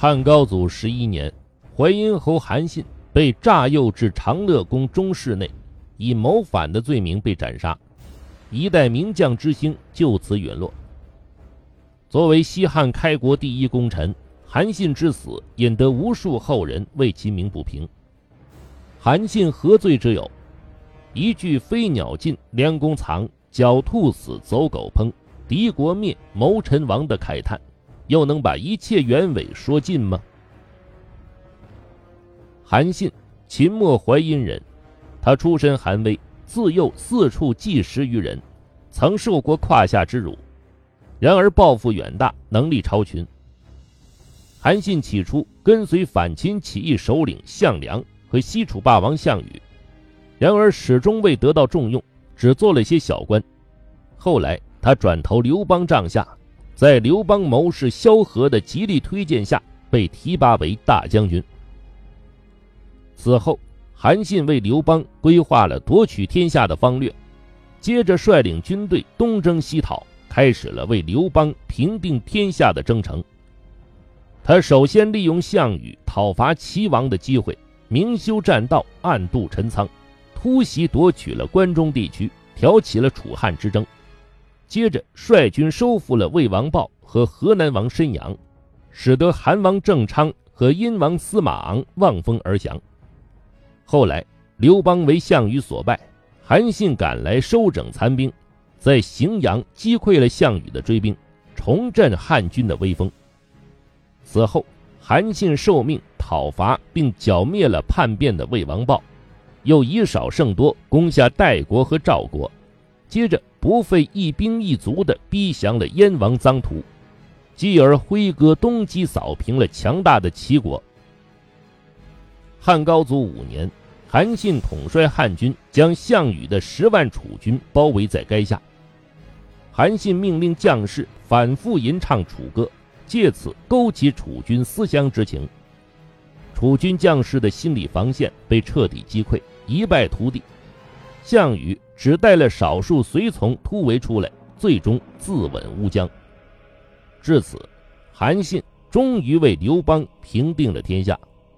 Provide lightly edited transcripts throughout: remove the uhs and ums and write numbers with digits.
汉高祖11年，淮阴侯韩信被诈诱至长乐宫中室内，以谋反的罪名被斩杀，一代名将之星就此陨落。作为西汉开国第一功臣，韩信之死引得无数后人为其鸣不平。韩信何罪之有？一句飞鸟尽，良弓藏；狡兔死，走狗烹；敌国灭，谋臣亡的慨叹，又能把一切原委说尽吗？韩信，秦末淮阴人，他出身寒微，自幼四处忌10余人，曾受过胯下之辱，然而抱负远大，能力超群。韩信起初跟随反秦起义首领项梁和西楚霸王项羽，然而始终未得到重用，只做了些小官。后来他转投刘邦帐下，在刘邦谋士萧何的极力推荐下，被提拔为大将军。此后，韩信为刘邦规划了夺取天下的方略，接着率领军队东征西讨，开始了为刘邦平定天下的征程。他首先利用项羽讨伐齐王的机会，明修栈道，暗度陈仓，突袭夺取了关中地区，挑起了楚汉之争。接着率军收复了魏王豹和河南王申阳，使得韩王郑昌和殷王司马昂望风而降。后来刘邦为项羽所败，韩信赶来收整残兵，在荥阳击溃了项羽的追兵，重振汉军的威风。此后韩信受命讨伐并剿灭了叛变的魏王豹，又以少胜多攻下代国和赵国，接着不费一兵一卒地逼降了燕王臧荼，继而挥戈东击扫平了强大的齐国。汉高祖5年，韩信统帅汉军，将项羽的10万楚军包围在垓下。韩信命令将士反复吟唱楚歌，借此勾起楚军思乡之情。楚军将士的心理防线被彻底击溃，一败涂地。项羽只带了少数随从突围出来，最终自刎乌江。至此，韩信终于为刘邦平定了天下。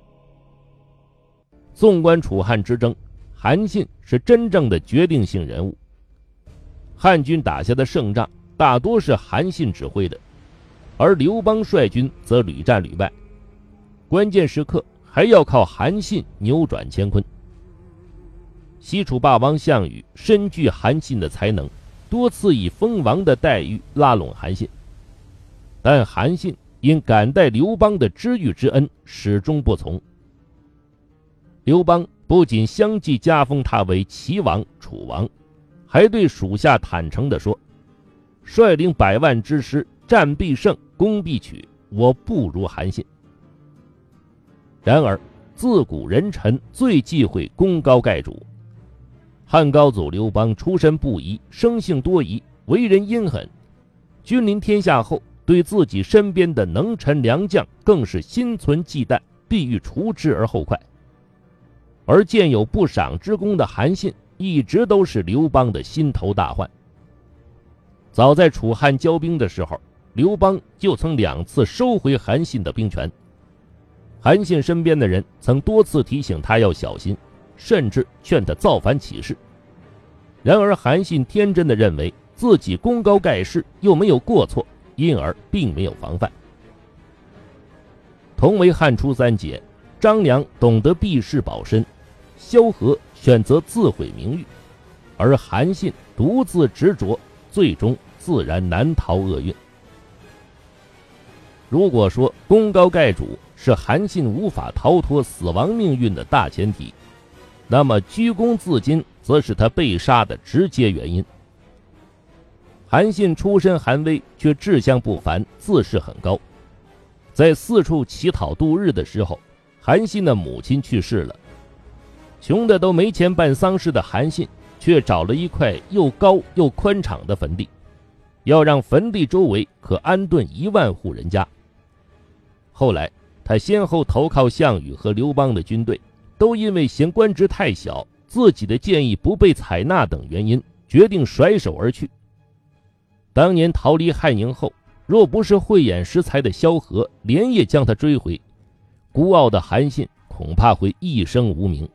纵观楚汉之争，韩信是真正的决定性人物。汉军打下的胜仗大多是韩信指挥的，而刘邦率军则屡战屡败，关键时刻还要靠韩信扭转乾坤。西楚霸王项羽深具韩信的才能，多次以封王的待遇拉拢韩信，但韩信因感戴刘邦的知遇之恩，始终不从。刘邦不仅相继加封他为齐王、楚王，还对属下坦诚地说：率领100万之师，战必胜，攻必取，我不如韩信。然而自古人臣最忌讳功高盖主，汉高祖刘邦出身不宜，生性多疑，为人阴狠，君临天下后，对自己身边的能臣良将更是心存忌惮，必欲除之而后快。而建有不赏之功的韩信，一直都是刘邦的心头大患。早在楚汉交兵的时候，刘邦就曾2次收回韩信的兵权。韩信身边的人曾多次提醒他要小心，甚至劝他造反起事。然而韩信天真地认为自己功高盖世，又没有过错，因而并没有防范。同为汉初3杰，张良懂得避世保身，萧何选择自毁名誉，而韩信独自执着，最终自然难逃厄运。如果说功高盖主是韩信无法逃脱死亡命运的大前提，那么居功自矜则是他被杀的直接原因。韩信出身寒微，却志向不凡，自视很高。在四处乞讨度日的时候，韩信的母亲去世了，穷的都没钱办丧事的韩信却找了一块又高又宽敞的坟地，要让坟地周围可安顿1万户人家。后来他先后投靠项羽和刘邦的军队，都因为嫌官职太小，自己的建议不被采纳等原因，决定甩手而去。当年逃离汉营后， 若不是慧眼识才的萧何连夜将他追回，孤傲的韩信恐怕会一生无名。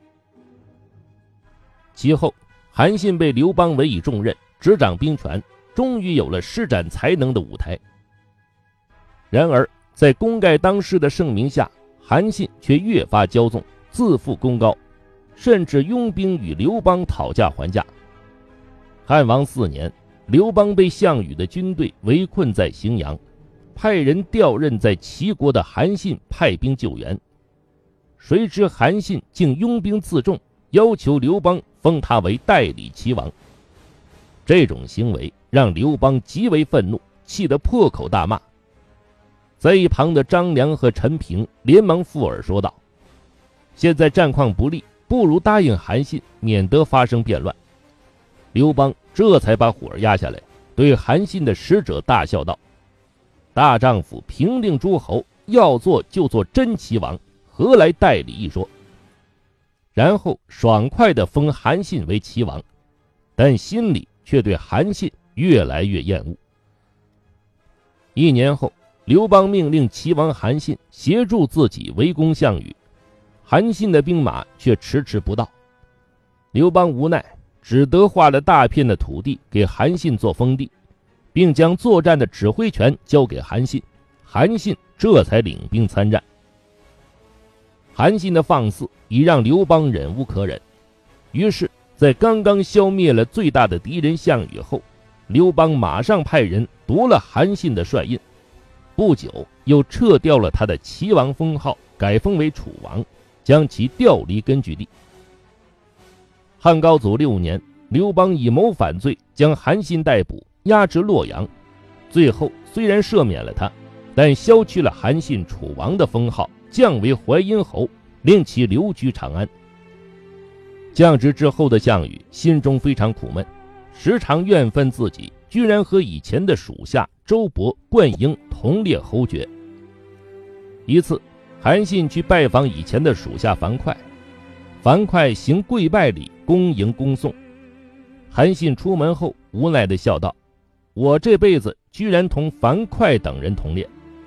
其后，韩信被刘邦委以重任，执掌兵权，终于有了施展才能的舞台。然而，在功盖当世的盛名下，韩信却越发骄纵，自负功高，甚至拥兵与刘邦讨价还价。汉王4年，刘邦被项羽的军队围困在荥阳，派人调任在齐国的韩信派兵救援。谁知韩信竟拥兵自重，要求刘邦封他为代理齐王。这种行为让刘邦极为愤怒，气得破口大骂。在一旁的张良和陈平连忙附耳说道：现在战况不利，不如答应韩信，免得发生变乱。刘邦这才把火压下来，对韩信的使者大笑道：大丈夫平定诸侯，要做就做真齐王，何来代理一说？然后爽快地封韩信为齐王，但心里却对韩信越来越厌恶。1年后，刘邦命令齐王韩信协助自己围攻项羽，韩信的兵马却迟迟不到。刘邦无奈，只得划了大片的土地给韩信做封地，并将作战的指挥权交给韩信，韩信这才领兵参战。韩信的放肆已让刘邦忍无可忍，于是在刚刚消灭了最大的敌人项羽后，刘邦马上派人夺了韩信的帅印，不久又撤掉了他的齐王封号，改封为楚王，将其调离根据地。汉高祖6年，刘邦以谋反罪将韩信逮捕，押至洛阳。最后虽然赦免了他，但削去了韩信楚王的封号，降为淮阴侯，令其留居长安。降职之后的项羽心中非常苦闷，时常怨愤自己居然和以前的属下周勃、灌婴同列侯爵。一次，韩信去拜访以前的属下樊哙，樊哙行跪拜礼，恭迎恭送。韩信出门后无奈地笑道：我这辈子居然同樊哙等人同列。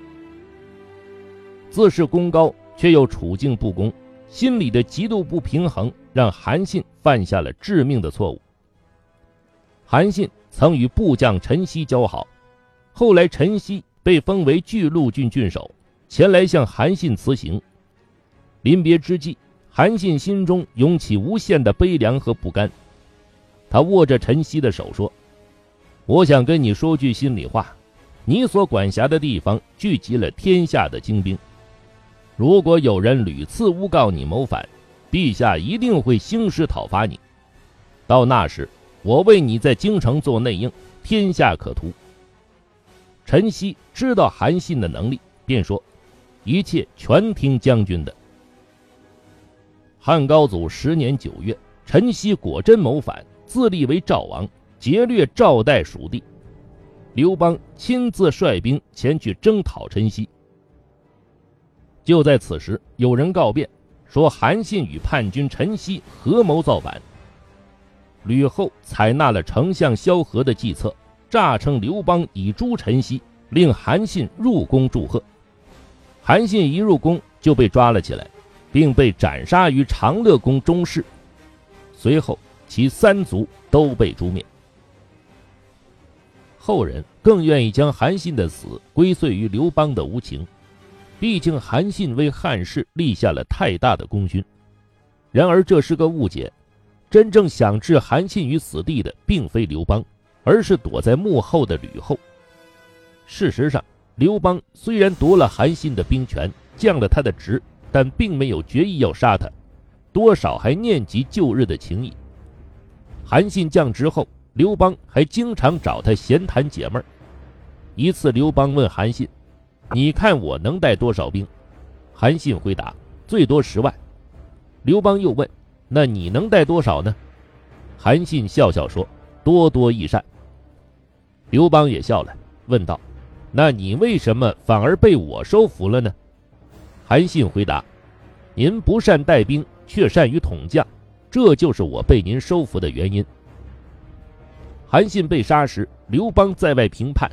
自恃功高却又处境不公，心里的极度不平衡让韩信犯下了致命的错误。韩信曾与部将陈豨交好，后来陈豨被封为巨鹿郡郡守，前来向韩信辞行。临别之际，韩信心中涌起无限的悲凉和不甘。他握着陈豨的手说：我想跟你说句心里话，你所管辖的地方聚集了天下的精兵，如果有人屡次诬告你谋反，陛下一定会兴师讨伐你。到那时，我为你在京城做内应，天下可图。陈豨知道韩信的能力，便说：一切全听将军的。汉高祖10年9月，陈豨果真谋反，自立为赵王，劫掠赵代属地。刘邦亲自率兵前去征讨陈豨。就在此时，有人告变，说韩信与叛军陈豨合谋造反。吕后采纳了丞相萧何的计策，诈称刘邦以诛陈豨，令韩信入宫祝贺。韩信一入宫就被抓了起来，并被斩杀于长乐宫中室。随后其3族都被诛灭。后人更愿意将韩信的死归罪于刘邦的无情，毕竟韩信为汉室立下了太大的功勋。然而这是个误解，真正想置韩信于死地的并非刘邦，而是躲在幕后的吕后。事实上，刘邦虽然夺了韩信的兵权，降了他的职，但并没有决意要杀他，多少还念及旧日的情谊。韩信降职后，刘邦还经常找他闲谈解闷。一次，刘邦问韩信：你看我能带多少兵？韩信回答：最多10万。刘邦又问：那你能带多少呢？韩信笑笑说：多多益善。刘邦也笑了，问道：那你为什么反而被我收服了呢？韩信回答：您不善带兵，却善于统将，这就是我被您收服的原因。韩信被杀时，刘邦在外平叛，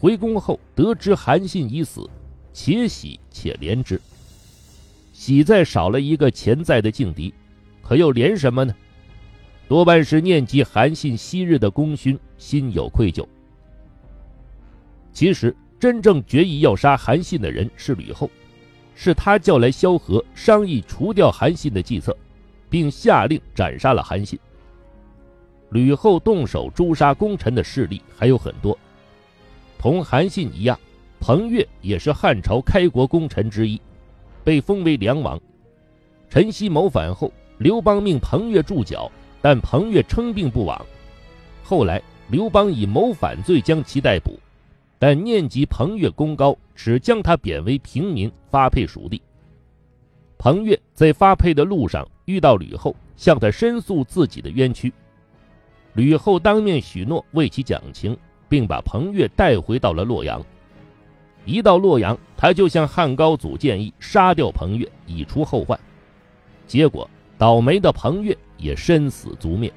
回宫后得知韩信已死，且喜且怜之。喜在少了一个潜在的劲敌，可又怜什么呢？多半是念及韩信昔日的功勋，心有愧疚。其实真正决意要杀韩信的人是吕后，是他叫来萧何商议除掉韩信的计策，并下令斩杀了韩信。吕后动手诛杀功臣的势力还有很多，同韩信一样，彭越也是汉朝开国功臣之一，被封为梁王。陈豨谋反后，刘邦命彭越驻脚，但彭越称病不往。后来刘邦以谋反罪将其逮捕，但念及彭越功高，只将他贬为平民，发配蜀地。彭越在发配的路上遇到吕后，向他申诉自己的冤屈。吕后当面许诺为其讲情，并把彭越带回到了洛阳。一到洛阳，他就向汉高祖建议杀掉彭越，以除后患。结果倒霉的彭越也身死族灭。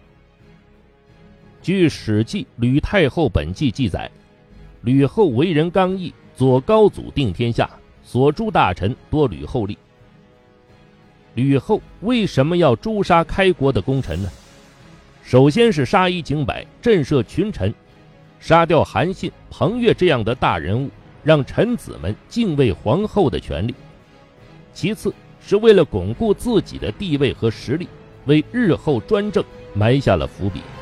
据《史记·吕太后本纪》记载，吕后为人刚毅，左高祖定天下，所诛大臣多吕后立。吕后为什么要诛杀开国的功臣呢？首先是杀一儆百，震慑群臣，杀掉韩信、彭越这样的大人物，让臣子们敬畏皇后的权利。其次是为了巩固自己的地位和实力，为日后专政埋下了伏笔。